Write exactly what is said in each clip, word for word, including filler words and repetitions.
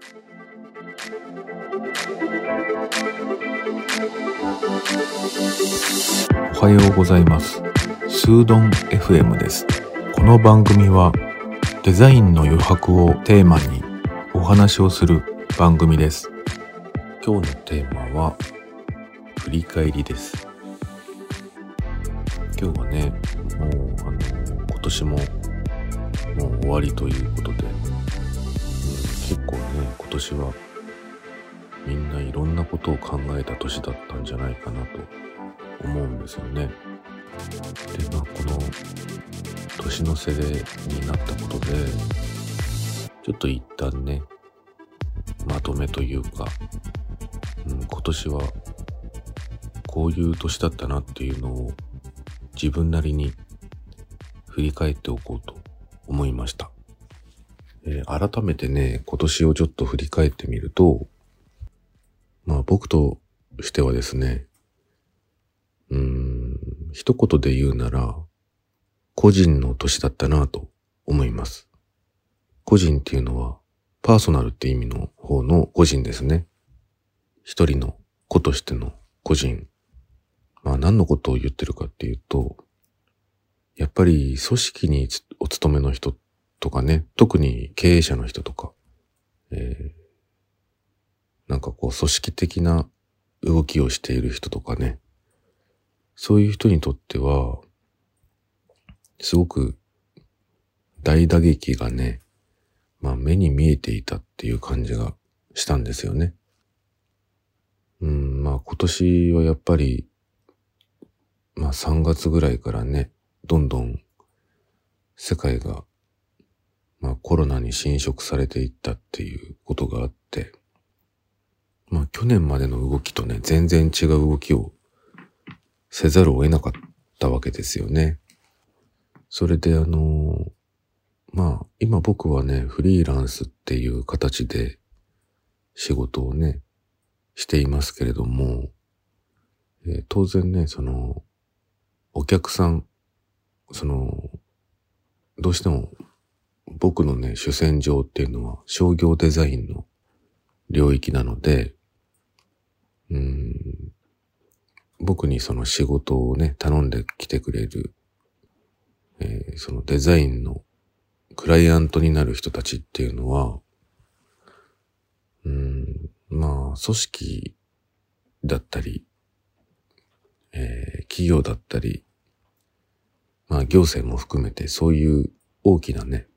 おはようございます。スードン エフエム です。この番組はデザインの余白をテーマにお話をする番組です。今日のテーマは振り返りです。今日はね、もうあの今年ももう終わりということで、うん、結構ね今年はみんないろんなことを考えた年だったんじゃないかなと思うんですよね。で、まあこの年の瀬でになったことで、ちょっと一旦ね、まとめというか、うん、今年はこういう年だったなっていうのを自分なりに振り返っておこうと思いました。えー、改めてね、今年をちょっと振り返ってみると、まあ僕としてはですね、うーん、一言で言うなら、個人の年だったなと思います。個人っていうのは、パーソナルって意味の方の個人ですね。一人の子としての個人。まあ何のことを言ってるかっていうと、やっぱり組織にお勤めの人とかね、特に経営者の人とか、えー、なんかこう組織的な動きをしている人とかね、そういう人にとっては、すごく大打撃がね、まあ目に見えていたっていう感じがしたんですよね。うん、まあ今年はやっぱり、まあさんがつぐらいからね、どんどん世界が、まあコロナに侵食されていったっていうことがあって、まあ去年までの動きとね、全然違う動きをせざるを得なかったわけですよね。それであの、まあ今僕はね、フリーランスっていう形で仕事をね、していますけれども、えー、当然ね、その、お客さん、その、どうしても僕のね、主戦場っていうのは商業デザインの領域なので、うーん、僕にその仕事をね、頼んできてくれる、えー、そのデザインのクライアントになる人たちっていうのは、うーん、まあ、組織だったり、えー、企業だったり、まあ行政も含めてそういう大きなね、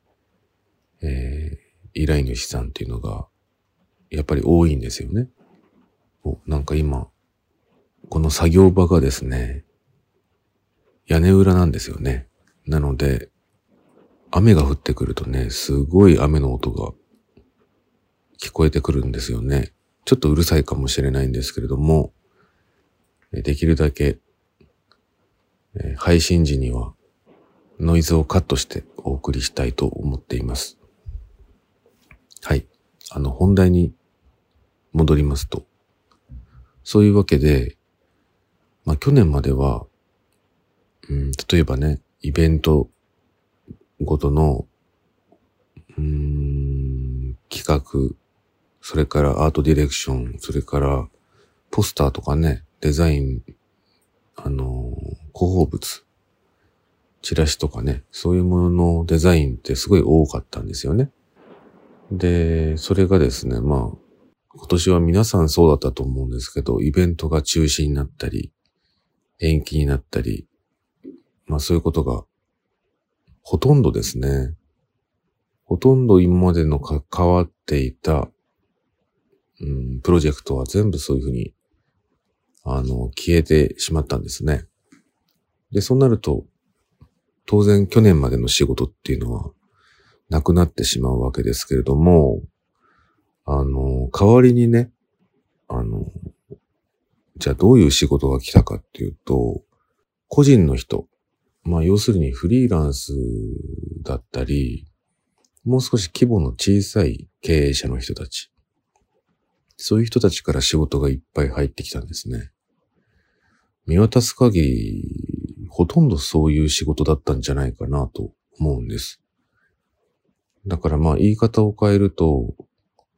えー、依頼主さんっていうのがやっぱり多いんですよね。お、なんか今、この作業場がですね、屋根裏なんですよね。なので、雨が降ってくるとね、すごい雨の音が聞こえてくるんですよね。ちょっとうるさいかもしれないんですけれども、できるだけ、えー、配信時にはノイズをカットしてお送りしたいと思っています。はい。あの、本題に戻りますと、そういうわけで、まあ去年までは、うん、例えばね、イベントごとの、うーん、企画、それからアートディレクション、それからポスターとかね、デザイン、あの、広報物、チラシとかね、そういうもののデザインってすごい多かったんですよね。で、それがですね、まあ、今年は皆さんそうだったと思うんですけど、イベントが中止になったり、延期になったり、まあそういうことがほとんどですね。ほとんど今までの関わっていた、うん、プロジェクトは全部そういうふうに、あの、消えてしまったんですね。で、そうなると、当然去年までの仕事っていうのはなくなってしまうわけですけれども、あの、代わりにね、あの、じゃあどういう仕事が来たかっていうと、個人の人、まあ要するにフリーランスだったり、もう少し規模の小さい経営者の人たち、そういう人たちから仕事がいっぱい入ってきたんですね。見渡す限り、ほとんどそういう仕事だったんじゃないかなと思うんです。だからまあ言い方を変えると、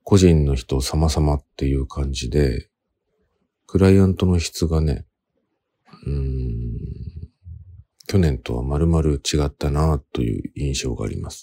個人の人様々っていう感じで、クライアントの質がね、うーん、去年とは丸々違ったなという印象があります。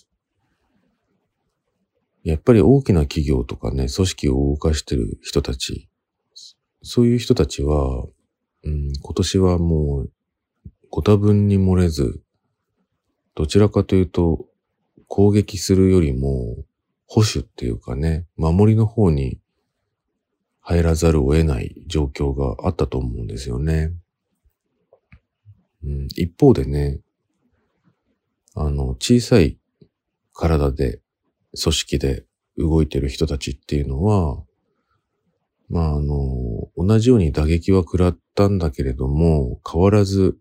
やっぱり大きな企業とかね、組織を動かしてる人たち、そういう人たちは、うん、今年はもうご多分に漏れず、どちらかというと攻撃するよりも保守っていうかね、守りの方に入らざるを得ない状況があったと思うんですよね。うん、一方でね、あの、小さい体で、組織で動いてる人たちっていうのは、まあ、あの、同じように打撃は食らったんだけれども、変わらず、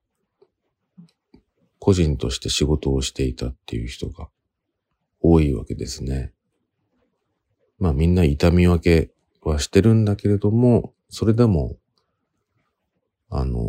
個人として仕事をしていたっていう人が多いわけですね。まあ、みんな痛み分けはしてるんだけれども、それでも、あの、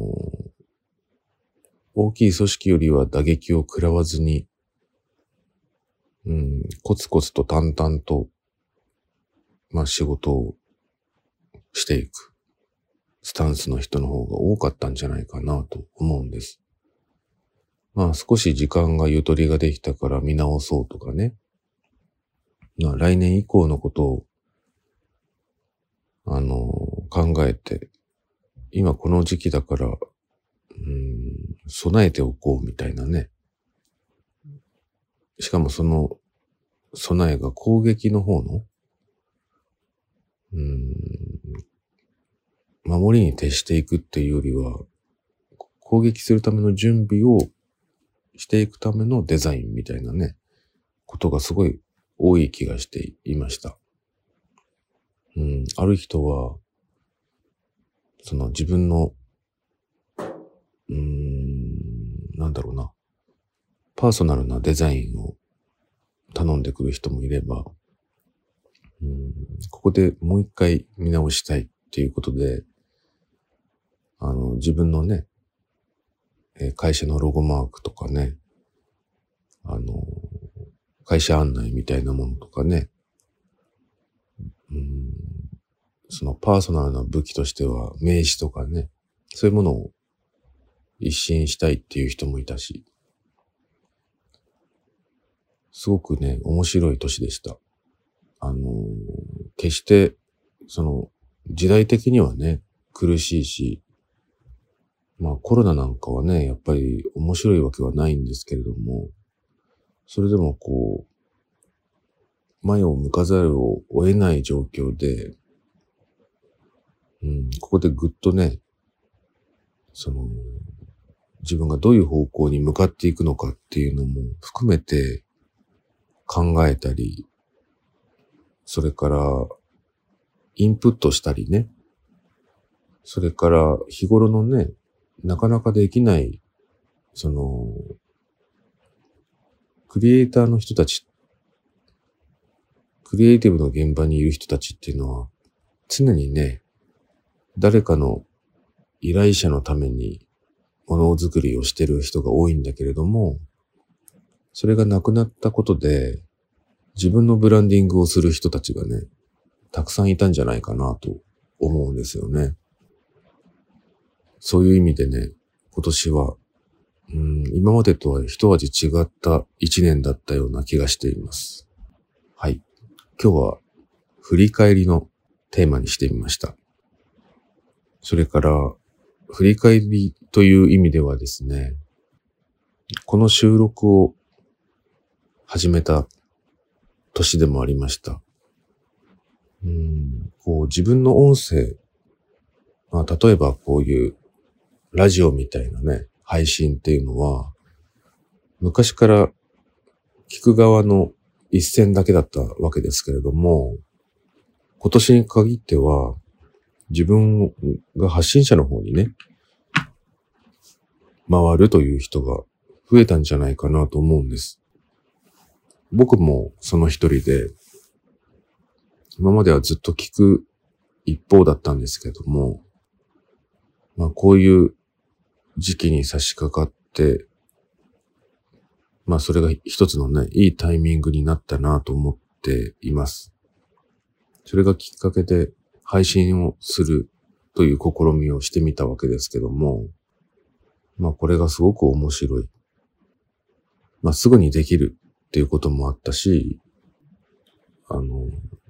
大きい組織よりは打撃を食らわずに、うん、コツコツと淡々と、まあ仕事をしていくスタンスの人の方が多かったんじゃないかなと思うんです。まあ少し時間がゆとりができたから見直そうとかね。まあ来年以降のことを、あの、考えて、今この時期だから、うん、備えておこうみたいなね。しかもその備えが攻撃の方の、うーん、守りに徹していくっていうよりは、攻撃するための準備をしていくためのデザインみたいなね、ことがすごい多い気がしていました。うん、ある人は、その自分の、うーん、なんだろうな、パーソナルなデザインを頼んでくる人もいれば、うん、ここでもう一回見直したいっていうことで、あの、自分のね、会社のロゴマークとかね、あの、会社案内みたいなものとかね、うん、そのパーソナルな武器としては名刺とかね、そういうものを一新したいっていう人もいたし、すごくね、面白い年でした。あの、決して、その、時代的にはね、苦しいし、まあコロナなんかはね、やっぱり面白いわけはないんですけれども、それでもこう、前を向かざるを得ない状況で、うん、ここでぐっとね、その、自分がどういう方向に向かっていくのかっていうのも含めて考えたり、それからインプットしたりね、それから日頃のね、なかなかできない、その、クリエイターの人たち、クリエイティブの現場にいる人たちっていうのは、常にね、誰かの依頼者のためにものづくりをしてる人が多いんだけれども、それがなくなったことで、自分のブランディングをする人たちがね、たくさんいたんじゃないかなと思うんですよね。そういう意味でね、今年は、うん、今までとは一味違った一年だったような気がしています。はい。今日は振り返りのテーマにしてみました。それから、振り返りという意味ではですね、この収録を始めた年でもありました。うん、こう自分の音声、まあ、例えばこういうラジオみたいなね、配信っていうのは、昔から聞く側の一線だけだったわけですけれども、今年に限っては、自分が発信者の方にね、回るという人が増えたんじゃないかなと思うんです。僕もその一人で、今まではずっと聞く一方だったんですけども、まあこういう時期に差し掛かって、まあそれが一つのね、いいタイミングになったなと思っています。 それがきっかけで配信をするという試みをしてみたわけですけども、まあこれがすごく面白い。まあすぐにできるっていうこともあったし、あの、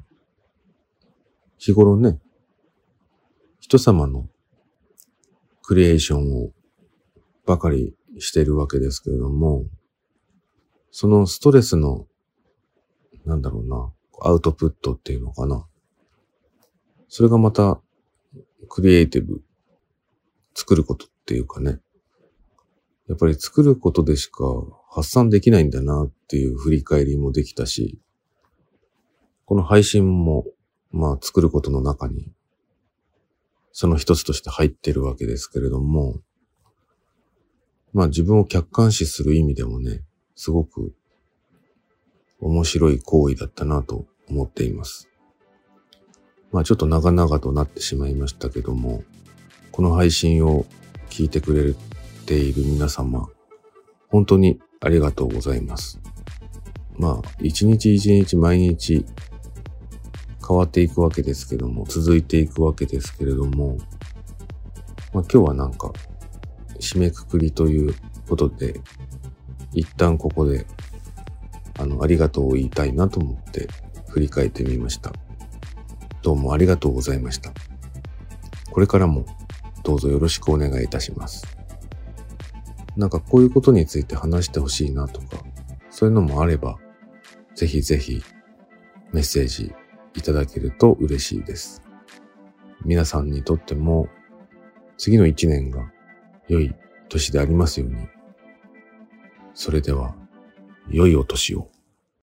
日頃ね、人様のクリエーションをばかりしているわけですけれども、そのストレスの、なんだろうな、アウトプットっていうのかな。それがまた、クリエイティブ、作ることっていうかね。やっぱり作ることでしか発散できないんだなっていう振り返りもできたし、この配信も、まあ作ることの中に、その一つとして入ってるわけですけれども、まあ自分を客観視する意味でもね、すごく面白い行為だったなと思っています。まあちょっと長々となってしまいましたけども、この配信を聞いてくれている皆様、本当にありがとうございます。まあ一日一日毎日変わっていくわけですけども、続いていくわけですけれども、まあ今日はなんか締めくくりということで、一旦ここであのありがとうを言いたいなと思って振り返ってみました。どうもありがとうございました。これからもどうぞよろしくお願いいたします。なんかこういうことについて話してほしいなとか、そういうのもあれば、ぜひぜひメッセージいただけると嬉しいです。皆さんにとっても次の一年が良い年でありますように。それでは良いお年を。